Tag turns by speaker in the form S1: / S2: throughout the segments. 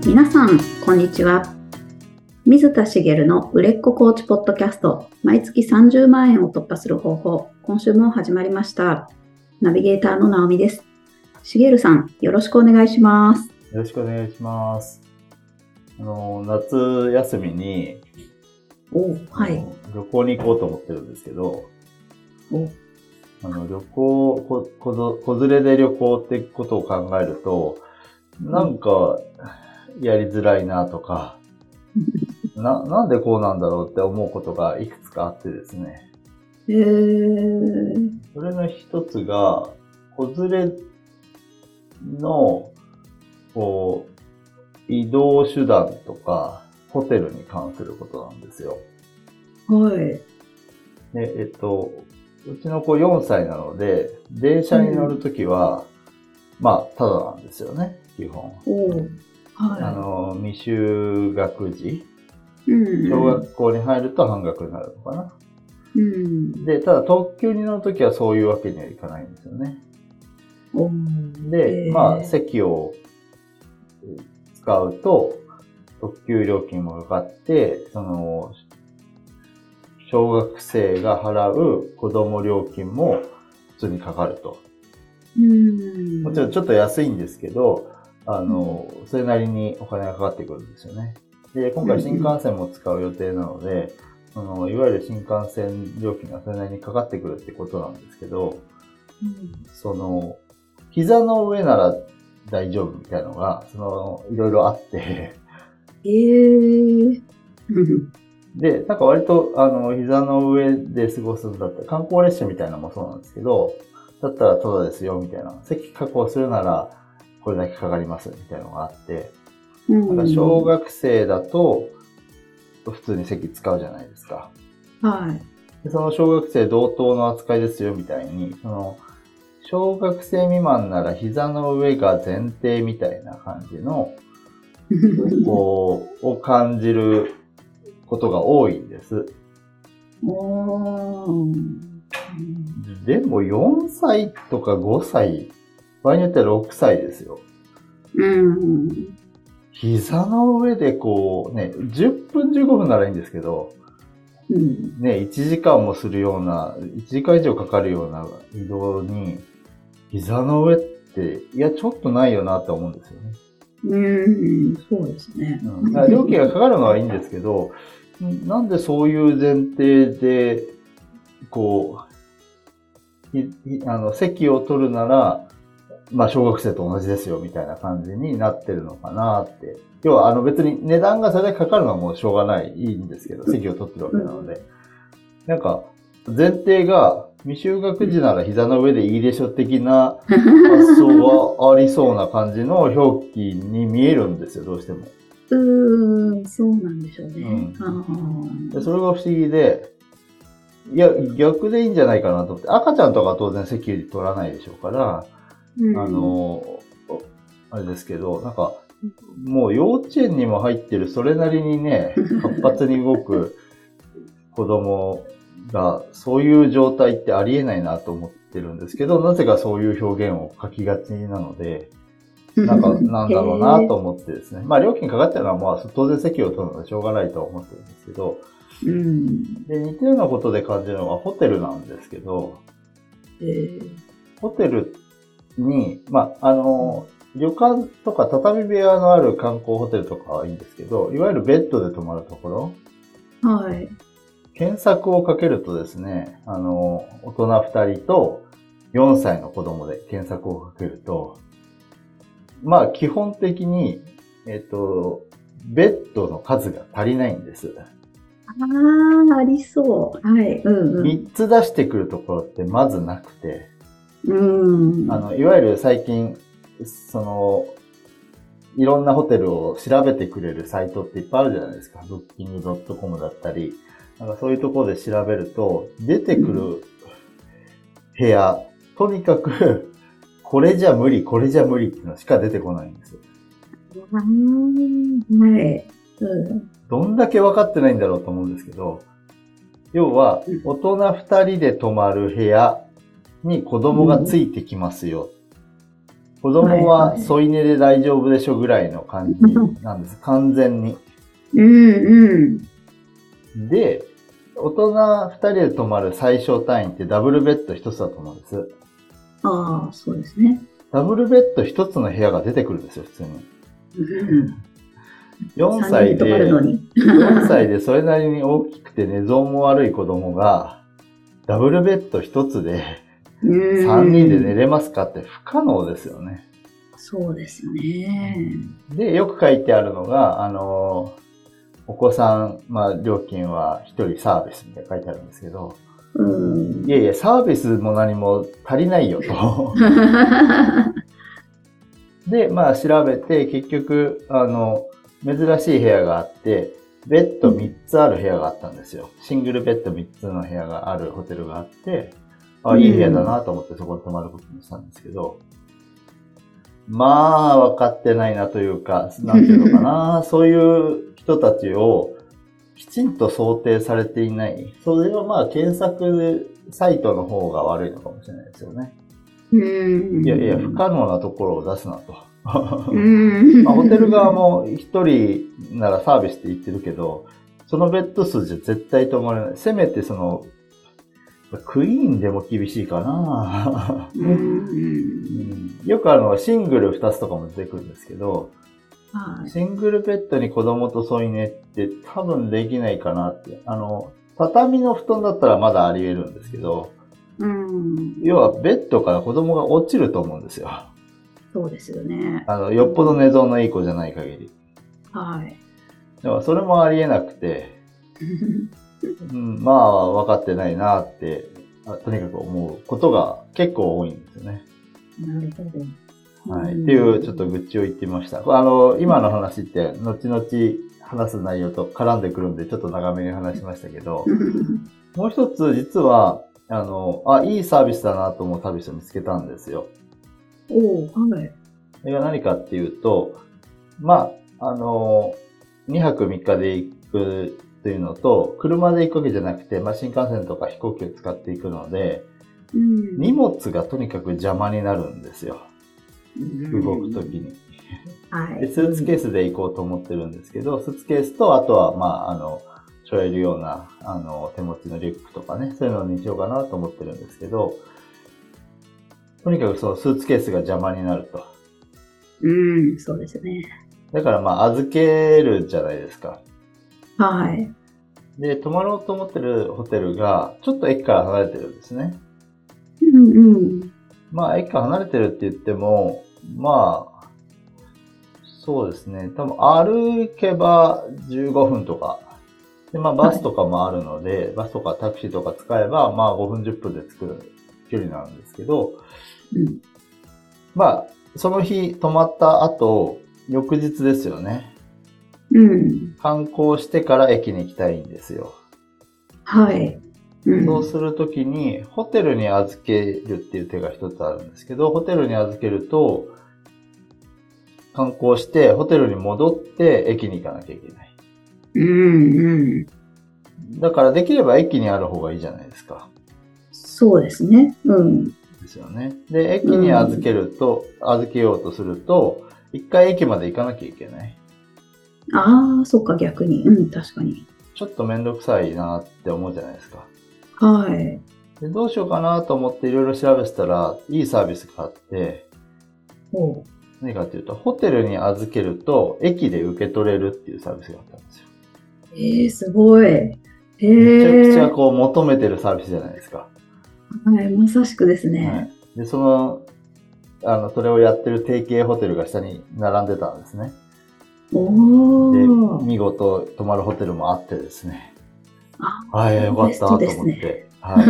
S1: 皆さん、こんにちは。水田茂の売れっ子コーチポッドキャスト、毎月30万円を突破する方法、今週も始まりました。ナビゲーターの直美です。茂さん、よろしくお願いします。
S2: よろしくお願いします。夏休みに旅行に行こうと思ってるんですけど、旅行、子連れで旅行ってことを考えると、なんかやりづらいなとか、なんでこうなんだろうって思うことがいくつかあってですね。それの一つが、子連れの移動手段とかホテルに関することなんですよ。
S1: はい。
S2: で、うちの子4歳なので、電車に乗るときは、ただなんですよね、基本。はい、未就学児、小学校に入ると半額になるのかな。で、ただ特急に乗るときはそういうわけにはいかないんですよね。で、席を使うと、特急料金もかかって、小学生が払う子供料金も普通にかかると。もちろんちょっと安いんですけど、それなりにお金がかかってくるんですよね。で、今回新幹線も使う予定なので、いわゆる新幹線料金がそれなりにかかってくるってことなんですけど、膝の上なら大丈夫みたいなのが、いろいろあって。で、なんか割と、膝の上で過ごすんだったら、観光列車みたいなのもそうなんですけど、だったらタダですよ、みたいな。席確保するなら、これだけかかります、みたいなのがあって、なんか小学生だと、普通に席使うじゃないですか。
S1: はい。
S2: で、その小学生同等の扱いですよ、みたいに、小学生未満なら膝の上が前提みたいな感じの、を感じることが多いんです。でも4歳とか5歳、場合によっては6歳ですよ。膝の上で10分15分ならいいんですけど、1時間もするような、1時間以上かかるような移動に、膝の上って、ちょっとないよなって思うんですよね。
S1: そうですね。
S2: 料金がかかるのはいいんですけど、なんでそういう前提で、席を取るなら、小学生と同じですよ、みたいな感じになってるのかなって。要は、別に値段がそれだけかかるのはもうしょうがない、いいんですけど、席を取ってるわけなので。なんか、前提が、未就学児なら膝の上でいいでしょ的な発想がありそうな感じの表記に見えるんですよ、どうしても。
S1: そうなんでしょうね。
S2: でそれが不思議で、逆でいいんじゃないかなと思って、赤ちゃんとか当然席取らないでしょうから、あれですけど、なんか、もう幼稚園にも入ってるそれなりにね、活発に動く子供が、そういう状態ってありえないなと思ってるんですけど、なぜかそういう表現を書きがちなので、なんだろうなと思ってですね。料金かかってるのは当然席を取るのでしょうがないとは思ってるんですけど、で、似たようなことで感じるのはホテルなんですけど、ホテルに、旅館とか畳部屋のある観光ホテルとかはいいんですけど、いわゆるベッドで泊まるところ。
S1: はい。
S2: 検索をかけるとですね、大人2人と4歳の子供で検索をかけると、基本的に、ベッドの数が足りないんです。
S1: ありそう。はい。
S2: 3つ出してくるところってまずなくて、いわゆる最近、いろんなホテルを調べてくれるサイトっていっぱいあるじゃないですか。booking.com だったり、そういうところで調べると、出てくる部屋、とにかく、これじゃ無理っていうのしか出てこないんです。
S1: はい。
S2: どんだけ分かってないんだろうと思うんですけど、要は、大人2人で泊まる部屋に子供がついてきますよ。 子供は添い寝で大丈夫でしょぐらいの感じなんです。完全に。で、大人2人で泊まる最小単位ってダブルベッド1つだと思うんです。
S1: ああ、そうですね。
S2: ダブルベッド1つの部屋が出てくるんですよ、普通に。4歳で、4歳でそれなりに大きくて寝相も悪い子供が、ダブルベッド1つで、3人で寝れますかって不可能ですよね。
S1: そうですよね。
S2: で、よく書いてあるのが、お子さん、料金は1人サービスみたいな書いてあるんですけど、いやいや、サービスも何も足りないよと。で、調べて、結局、珍しい部屋があって、ベッド3つある部屋があったんですよ。シングルベッド3つの部屋があるホテルがあって、いい部屋だなと思ってそこに泊まることにしたんですけど、分かってないなというか、なんていうのかな、そういう人たちをきちんと想定されていない。それは検索サイトの方が悪いのかもしれないですよね。いやいや、不可能なところを出すなと。ホテル側も一人ならサービスって言ってるけど、そのベッド数じゃ絶対泊まれない。せめてクイーンでも厳しいかな。よくシングル2つとかも出てくるんですけど、シングルベッドに子供と添い寝って多分できないかなって。畳の布団だったらまだあり得るんですけど、要はベッドから子供が落ちると思うんですよ。
S1: そうですよね。
S2: よっぽど寝相のいい子じゃない限り。
S1: はい。
S2: だからそれもありえなくて、分かってないなって、とにかく思うことが結構多いんですよね。
S1: なるほど。
S2: はい。っていうちょっと愚痴を言ってみました。今の話って後々話す内容と絡んでくるんでちょっと長めに話しましたけど、もう一つ実は、いいサービスだなと思うサービスを見つけたんですよ。
S1: はい。
S2: それが何かっていうと、2泊3日で行くというのと、車で行くわけじゃなくて、新幹線とか飛行機を使っていくので、荷物がとにかく邪魔になるんですよ。動くときに。でスーツケースで行こうと思ってるんですけど、スーツケースと、あとは、背負えるような、手持ちのリュックとかね、そういうのにしようかなと思ってるんですけど、とにかくそのスーツケースが邪魔になると。
S1: そうですね。
S2: だから預けるじゃないですか。
S1: はい。
S2: で、泊まろうと思ってるホテルが、ちょっと駅から離れてるんですね。駅から離れてるって言っても、そうですね。多分歩けば15分とか。で、バスとかもあるので、バスとかタクシーとか使えば、5分10分で着く距離なんですけど、その日泊まった後、翌日ですよね。観光してから駅に行きたいんですよ。
S1: はい。
S2: そうするときに、ホテルに預けるっていう手が一つあるんですけど、ホテルに預けると、観光して、ホテルに戻って駅に行かなきゃいけない。だからできれば駅にある方がいいじゃないですか。
S1: そうですね。
S2: ですよね。で、駅に預けようとすると、一回駅まで行かなきゃいけない。
S1: そっか、逆に。確かに。
S2: ちょっとめんどくさいなって思うじゃないですか。
S1: はい。
S2: で、どうしようかなと思っていろいろ調べてたら、いいサービスがあって、何かっていうと、ホテルに預けると、駅で受け取れるっていうサービスがあったんですよ。
S1: すごい。め
S2: ちゃくちゃ求めてるサービスじゃないですか。
S1: はい、まさしくですね。
S2: で、それをやってる提携ホテルが下に並んでたんですね。で、見事泊まるホテルもあってですね。よかったと思って。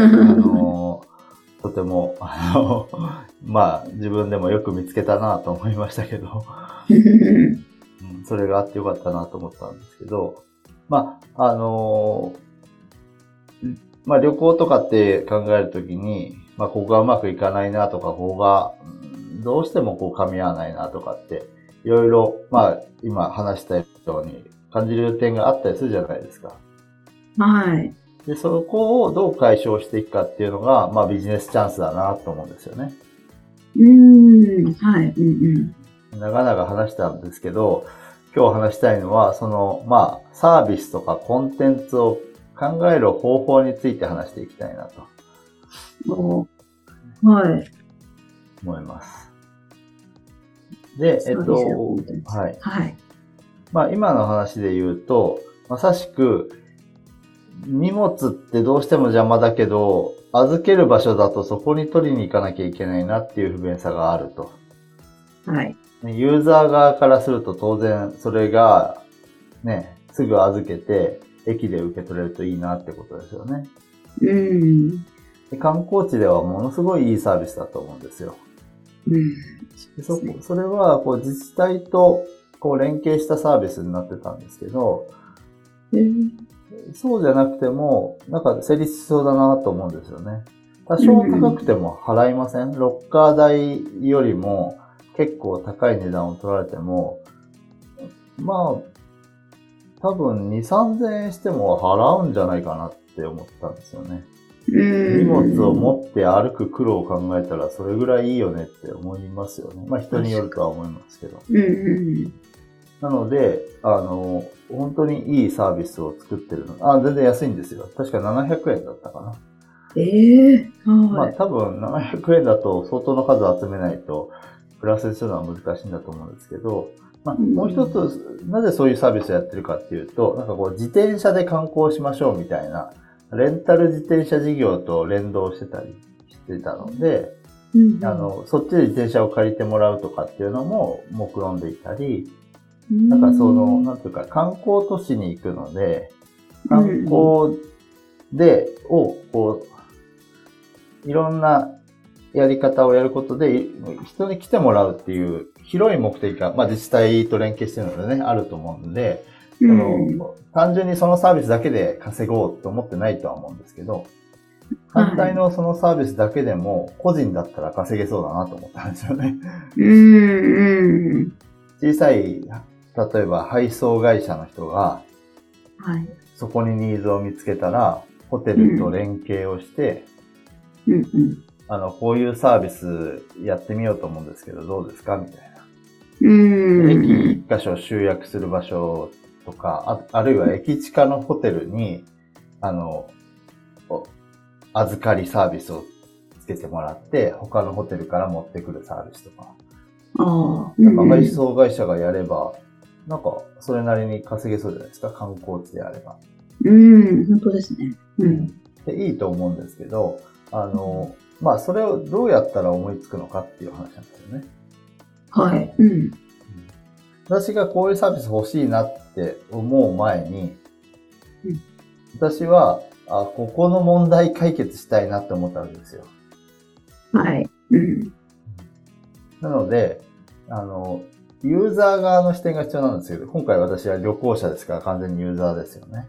S2: とても、自分でもよく見つけたなと思いましたけど、それがあってよかったなと思ったんですけど、旅行とかって考えるときに、ここがうまくいかないなとか、ここがどうしても噛み合わないなとかって、いろいろ、今話したように感じる点があったりするじゃないですか。
S1: はい。
S2: で、そこをどう解消していくかっていうのが、ビジネスチャンスだなと思うんですよね。
S1: はい。
S2: 長々話したんですけど、今日話したいのは、サービスとかコンテンツを考える方法について話していきたいなと。
S1: はい。
S2: 思います。で、はい。
S1: はい。
S2: 今の話で言うと、まさしく、荷物ってどうしても邪魔だけど、預ける場所だとそこに取りに行かなきゃいけないなっていう不便さがあると。
S1: はい。
S2: ユーザー側からすると当然それがね、すぐ預けて駅で受け取れるといいなってことですよね。で観光地ではものすごいいいサービスだと思うんですよ。それはこう自治体とこう連携したサービスになってたんですけど、そうじゃなくてもなんか成立しそうだなと思うんですよね。多少高くても払いません？ロッカー代よりも結構高い値段を取られても、多分2、3000円しても払うんじゃないかなって思ったんですよね。荷物を持って歩く苦労を考えたらそれぐらいいいよねって思いますよね。人によるとは思いますけど。なので、本当にいいサービスを作ってるの。全然安いんですよ。確か700円だったかな。多分700円だと相当の数集めないとプラスするのは難しいんだと思うんですけど、もう一つ、なぜそういうサービスをやってるかっていうと、なんかこう自転車で観光しましょうみたいな、レンタル自転車事業と連動してたりしてたので、そっちで自転車を借りてもらうとかっていうのも目論んでいたり、なんかなんていうか観光都市に行くので、観光いろんなやり方をやることで、人に来てもらうっていう広い目的が、自治体と連携してるのでね、あると思うので、単純にそのサービスだけで稼ごうと思ってないとは思うんですけど、反対のそのサービスだけでも個人だったら稼げそうだなと思ったんですよね。小さい、例えば配送会社の人が、そこにニーズを見つけたら、ホテルと連携をして、こういうサービスやってみようと思うんですけど、どうですかみたいな。駅一箇所集約する場所とか、あるいは駅地下のホテルに、預かりサービスをつけてもらって、他のホテルから持ってくるサービスとか。配送会社がやれば、なんか、それなりに稼げそうじゃないですか、観光地であれば。
S1: 本当ですね。
S2: で、いいと思うんですけど、それをどうやったら思いつくのかっていう話なんですよね。
S1: はい。
S2: 私がこういうサービス欲しいなって思う前に、私は、ここの問題解決したいなって思ったわけですよ。
S1: はい。
S2: なので、ユーザー側の視点が必要なんですけど、今回私は旅行者ですから完全にユーザーですよね。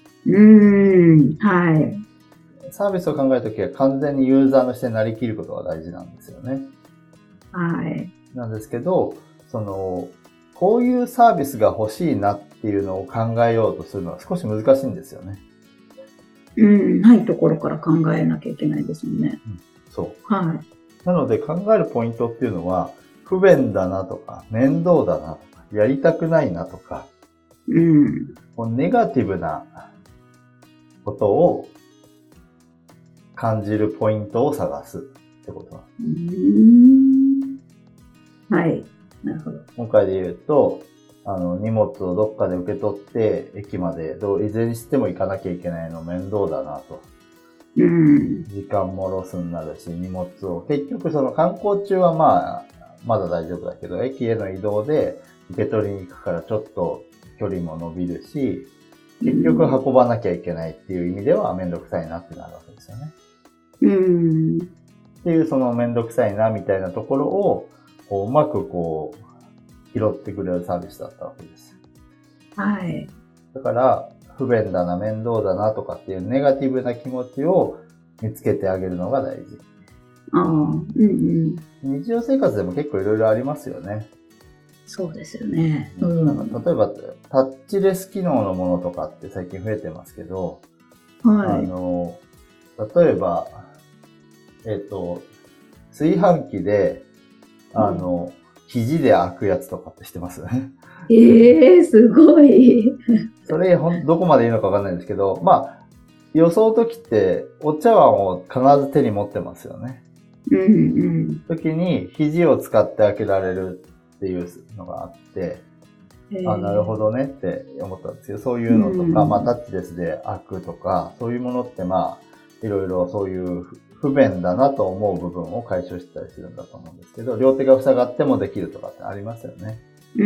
S1: はい。
S2: サービスを考えるときは完全にユーザーの視点になりきることが大事なんですよね。
S1: はい。
S2: なんですけど、こういうサービスが欲しいなっていうのを考えようとするのは少し難しいんですよね。
S1: ないところから考えなきゃいけないですもんね。
S2: そう。
S1: はい。
S2: なので考えるポイントっていうのは、不便だなとか、面倒だなとか、やりたくないなとか、ネガティブなことを感じるポイントを探すってことなんです。
S1: はい。なるほど。
S2: 今回で言うと、荷物をどっかで受け取って、駅までいずれにしても行かなきゃいけないの面倒だなと。時間もロスになるし、荷物を、結局観光中はまだ大丈夫だけど、駅への移動で受け取りに行くからちょっと距離も伸びるし、結局運ばなきゃいけないっていう意味ではめんどくさいなってなるわけですよね。っていうめんどくさいなみたいなところを、うまく拾ってくれるサービスだったわけです。
S1: はい。
S2: だから、不便だな、面倒だなとかっていうネガティブな気持ちを見つけてあげるのが大事。日常生活でも結構いろいろありますよね。
S1: そうですよね。
S2: 例えば、タッチレス機能のものとかって最近増えてますけど、例えば、炊飯器で肘で開くやつとかって知ってます
S1: すごい。
S2: それどこまでいいのかわかんないんですけど、まあ、予想時ってお茶碗を必ず手に持ってますよね。時に肘を使って開けられるっていうのがあって、なるほどねって思ったんですけど、そういうのとか、まあタッチレスで開くとか、そういうものってまあ、いろいろそういう不便だなと思う部分を解消したりするんだと思うんですけど、両手が塞がってもできるとかってありますよね。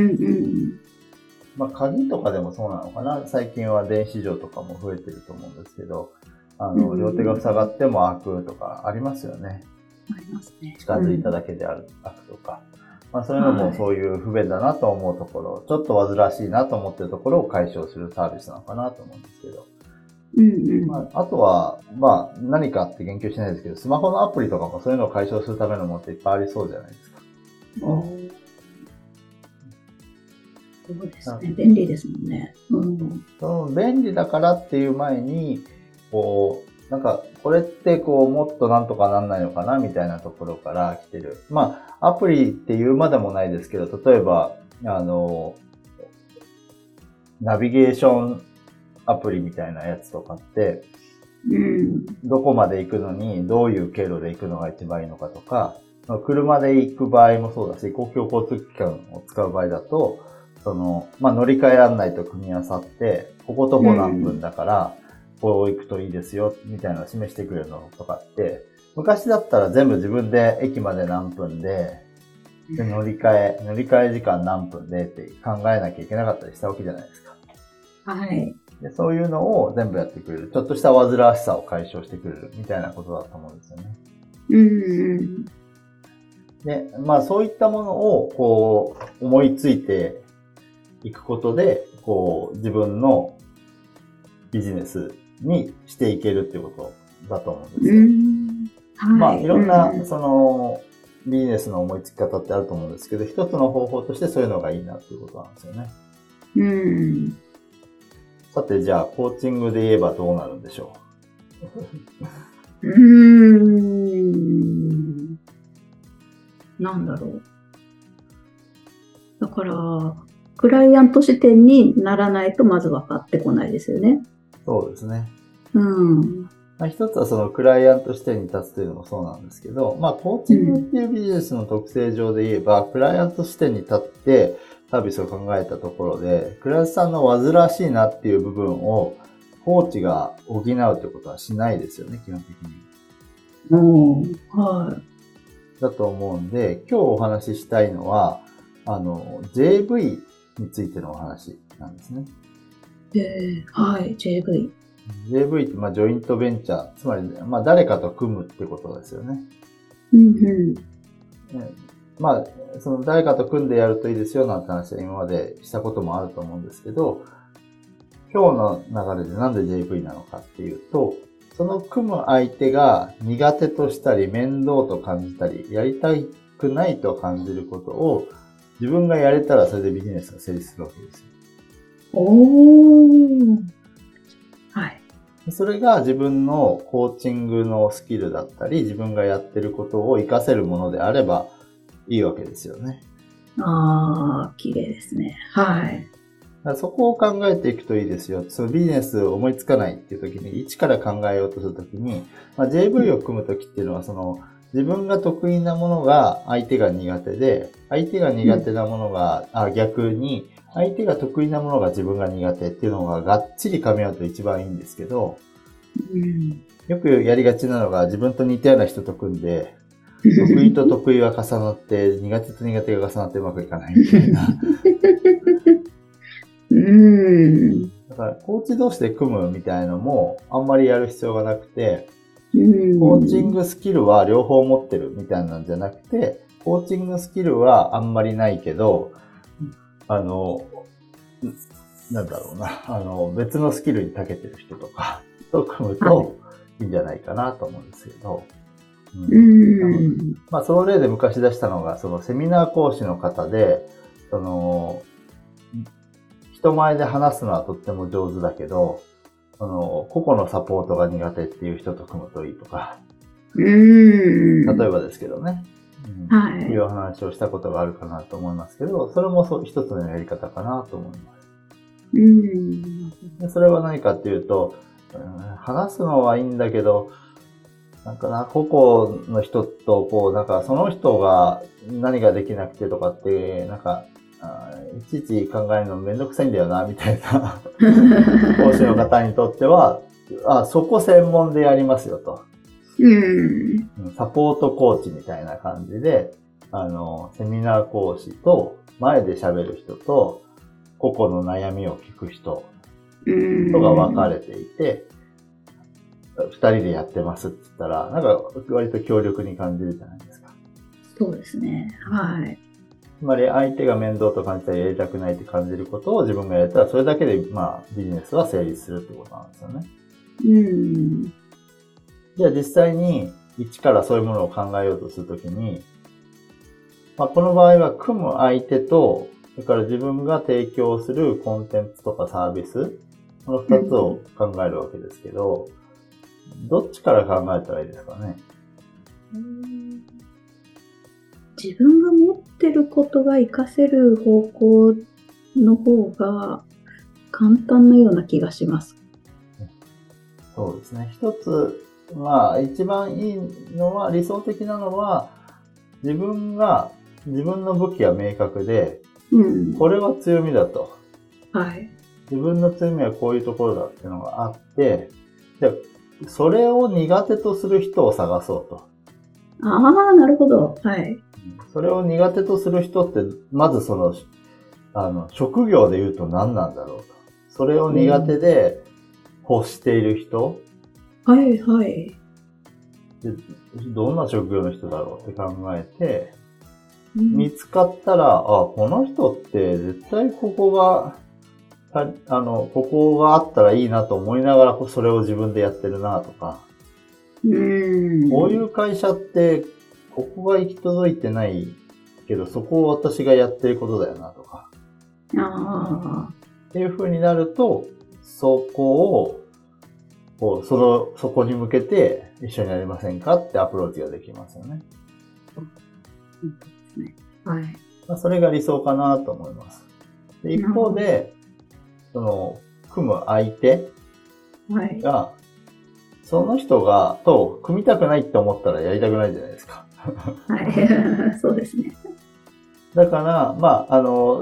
S2: まあ鍵とかでもそうなのかな。最近は電子錠とかも増えてると思うんですけど、両手が塞がっても開くとかありますよね。
S1: ありますね。
S2: 近づいただけで開くとか。まあそういうのもそういう不便だなと思うところ、ちょっと煩わしいなと思ってるところを解消するサービスなのかなと思うんですけど。まあ、あとは、まあ何かって言及しないですけど、スマホのアプリとかもそういうのを解消するためのものっていっぱいありそうじゃないですか。
S1: そうですね。便利ですもんね。
S2: その便利だからっていう前に、こう、なんか、これってこう、もっとなんとかなんないのかなみたいなところから来てる。まあ、アプリっていうまでもないですけど、例えば、ナビゲーションアプリみたいなやつとかって、どこまで行くのにどういう経路で行くのが一番いいのかとか、車で行く場合もそうだし、公共交通機関を使う場合だと、まあ、乗り換え案内と組み合わさって、ここ徒歩何分だから、こう行くといいですよ、みたいなのを示してくれるのとかって、昔だったら全部自分で駅まで何分で、乗り換え時間何分でって考えなきゃいけなかったりしたわけじゃないですか。
S1: はい。
S2: でそういうのを全部やってくれる。ちょっとした煩わしさを解消してくれるみたいなことだと思うんですよね。で、まあそういったものをこう思いついていくことで、こう自分のビジネスにしていけるっていうことだと思うんですよ。まあいろんなビジネスの思いつき方ってあると思うんですけど、一つの方法としてそういうのがいいなっていうことなんですよね。さてじゃあコーチングで言えばどうなるんでしょう。
S1: なんだろう。だから、クライアント視点にならないとまず分かってこないですよね。
S2: そうですね。まあ、一つはそのクライアント視点に立つというのもそうなんですけど、まあコーチングっていうビジネスの特性上で言えば、クライアント視点に立ってサービスを考えたところで、クライアントさんの煩わしいなっていう部分をコーチが補うということはしないですよね、基本的に。だと思うんで、今日お話ししたいのは、JV についてのお話なんですね。
S1: はい、JV。
S2: JV って、まあ、ジョイントベンチャー、つまり、まあ、誰かと組むってことですよね。まあ、その誰かと組んでやるといいですよなんて話は今までしたこともあると思うんですけど、今日の流れでなんで JV なのかっていうと、その組む相手が苦手としたり面倒と感じたり、やりたくないと感じることを自分がやれたらそれでビジネスが成立するわけですよ。はい。それが自分のコーチングのスキルだったり、自分がやってることを活かせるものであればいいわけですよね。
S1: 綺麗ですね。はい。
S2: そこを考えていくといいですよ。そのビジネスを思いつかないっていう時に、一から考えようとするときに、まあ、JV を組むときっていうのは、自分が得意なものが相手が苦手で、相手が苦手なものが、逆に、相手が得意なものが自分が苦手っていうのががっちり噛み合うと一番いいんですけど、よくやりがちなのが自分と似たような人と組んで、得意と得意は重なって、苦手と苦手が重なってうまくいかないみたいな。だから、コーチ同士で組むみたいのもあんまりやる必要がなくて、コーチングスキルは両方持ってるみたいなんじゃなくて、コーチングスキルはあんまりないけど、なんだろうな、別のスキルに長けてる人とかと組むといいんじゃないかなと思うんですけど、まあ、その例で昔出したのが、そのセミナー講師の方で、人前で話すのはとっても上手だけど、個々のサポートが苦手っていう人と組むといいとか、例えばですけどね。
S1: はい。
S2: いう話をしたことがあるかなと思いますけど、それも一つのやり方かなと思います。でそれは何かっていうと、話すのはいいんだけど、なんかな、個々の人と、なんかその人が何ができなくてとかって、なんか、いちいち考えるのめんどくさいんだよな、みたいな講師の方にとっては、そこ専門でやりますよと。サポートコーチみたいな感じで、セミナー講師と、前で喋る人と、個々の悩みを聞く人とが分かれていて、二人でやってますって言ったら、なんか割と協力に感じるじゃないですか。
S1: そうですね。はい。
S2: つまり相手が面倒と感じたらやりたくないって感じることを自分がやったら、それだけでビジネスは成立するってことなんですよね。じゃあ実際に一からそういうものを考えようとするときに、この場合は組む相手と、それから自分が提供するコンテンツとかサービス、この二つを考えるわけですけど、どっちから考えたらいいですかね。
S1: 自分が持ってることが活かせる方向の方が簡単なような気がします。
S2: そうですね。一つ、一番いいのは、理想的なのは、自分の武器は明確で、これは強みだと。
S1: はい。
S2: 自分の強みはこういうところだっていうのがあって、でそれを苦手とする人を探そうと。
S1: なるほど。はい。
S2: それを苦手とする人って、まず職業で言うと何なんだろうと。それを苦手で欲している人。
S1: はいはい。
S2: でどんな職業の人だろうって考えて、見つかったら、この人って絶対ここがあったらいいなと思いながら、それを自分でやってるなとか、こういう会社って、ここが行き届いてないけど、そこを私がやってることだよなとか。っていう風になると、そこを、そこに向けて一緒にやりませんかってアプローチができますよね。
S1: はい。
S2: それが理想かなと思います。で一方で、組む相手が、その人と組みたくないって思ったらやりたくないじゃないですか。
S1: はい。そうですね。
S2: だから、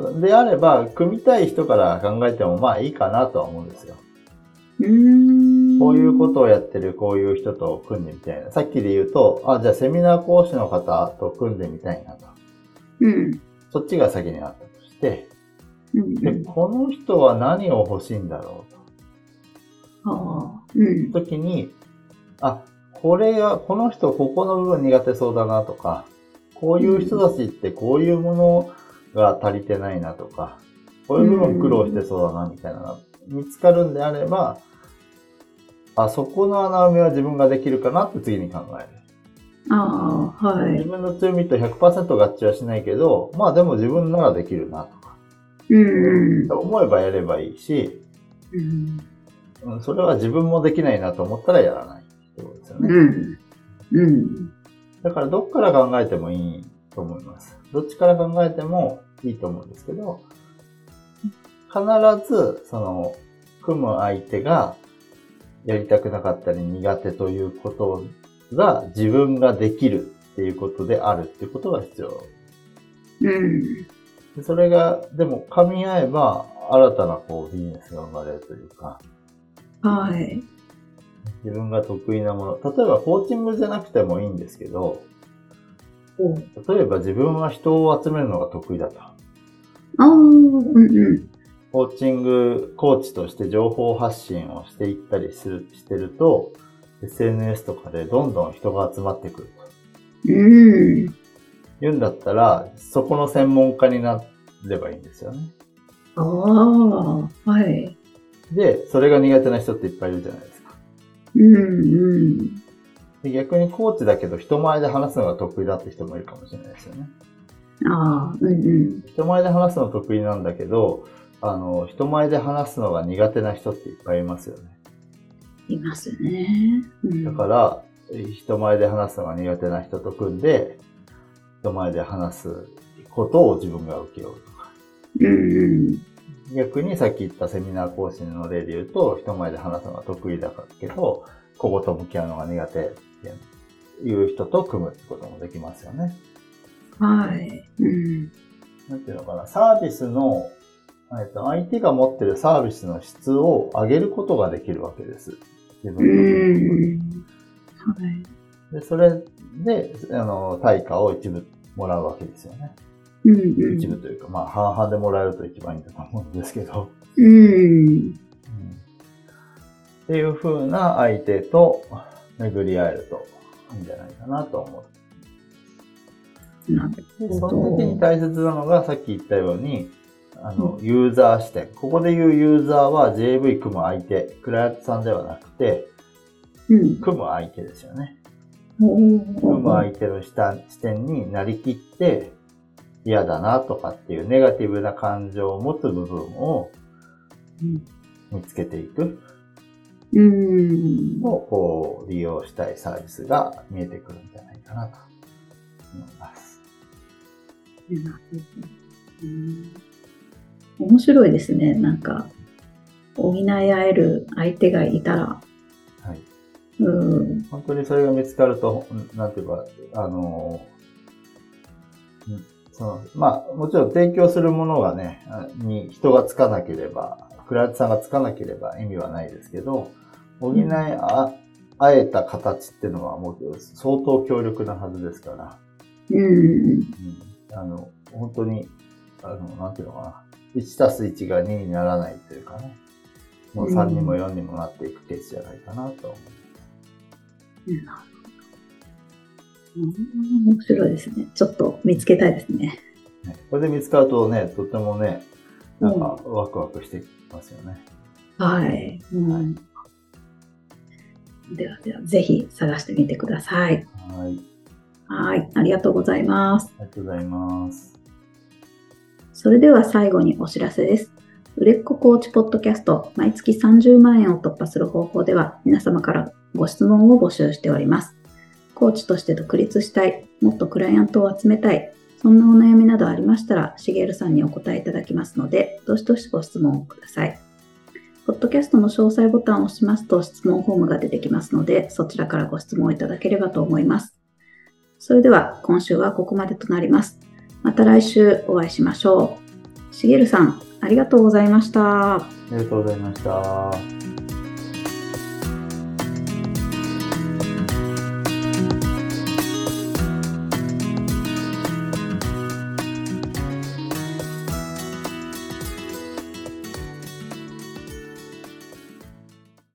S2: であれば、組みたい人から考えてもいいかなとは思うんですよ。こういうことをやってるこういう人と組んでみたいな。さっきで言うと、じゃあセミナー講師の方と組んでみたいなと。そっちが先にあったとして、でこの人は何を欲しいんだろうと。時に、この人ここの部分苦手そうだなとか、こういう人たちってこういうものが足りてないなとか、こういう部分苦労してそうだなみたいなのが見つかるんであれば、そこの穴埋めは自分ができるかなって次に考える。
S1: はい。
S2: 自分の強みと 100% 合致はしないけど、でも自分ならできるなとか。思えばやればいいし、それは自分もできないなと思ったらやらないってことですよね。だからどっから考えてもいいと思います。どっちから考えてもいいと思うんですけど、必ず組む相手がやりたくなかったり苦手ということが自分ができるっていうことであるっていうことが必要。それが、でも噛み合えば新たなビジネスが生まれるというか。
S1: はい。
S2: 自分が得意なもの。例えばコーチングじゃなくてもいいんですけど、例えば自分は人を集めるのが得意だと。コーチングコーチとして情報発信をしていったりしてると、SNS とかでどんどん人が集まってくると。言うんだったら、そこの専門家になればいいんですよね。
S1: はい。
S2: で、それが苦手な人っていっぱいいるじゃないですか。で逆にコーチだけど人前で話すのが得意だって人もいるかもしれないですよね。人前で話すの得意なんだけど、人前で話すのが苦手な人っていっぱいいますよね。
S1: いますね。
S2: だから、人前で話すのが苦手な人と組んで、 人前で話すことを自分が受けようとか。逆にさっき言ったセミナー講師の例で言うと、人前で話すのが得意だけど、ここと向き合うのが苦手っていう人と組むってこともできますよね。
S1: はい。
S2: なんていうのかな、サービスの、相手が持ってるサービスの質を上げることができるわけです。自分の。はい。で、それで、対価を一部もらうわけですよね。一部というか、まあ、半々でもらえると一番いいんだと思うんですけど。っていう風な相手と巡り合えるといいんじゃないかなと思う。で、その時に大切なのが、さっき言ったように、ユーザー視点。ここで言うユーザーは JV 組む相手、クライアントさんではなくて、組む相手ですよね。組む相手の視点になりきって、嫌だなとかっていうネガティブな感情を持つ部分を見つけていく。をこう利用したいサービスが見えてくるんじゃないかなと思います。
S1: 面白いですね。なんか補い合える相手がいたら、はい、
S2: 本当にそれが見つかると、なんていうか、まあ、もちろん提供するものがね、に人がつかなければ、クライアントさんがつかなければ意味はないですけど、補い合えた形っていうのはもう相当強力なはずですから、本当に、なんていうのかな、1+1 が2にならないというかね、もう3にも4にもなっていくケースじゃないかなと思います。
S1: 面白いですね。ちょっと見つけたいですね。
S2: これで見つかるとね、とてもね、なんかワクワクしてきますよね。
S1: はい。ではぜひ探してみてください。はい。ありがとうございます。
S2: ありがとうございます。
S1: それでは最後にお知らせです。売れっ子コーチポッドキャスト、毎月30万円を突破する方法では、皆様からご質問を募集しております。コーチとして独立したい、もっとクライアントを集めたい、そんなお悩みなどありましたら、しげるさんにお答えいただきますので、どしどしご質問をください。ポッドキャストの詳細ボタンを押しますと質問フォームが出てきますので、そちらからご質問いただければと思います。それでは今週はここまでとなります。また来週お会いしましょう。しげるさん、ありがとうございました。
S2: ありがとうございました。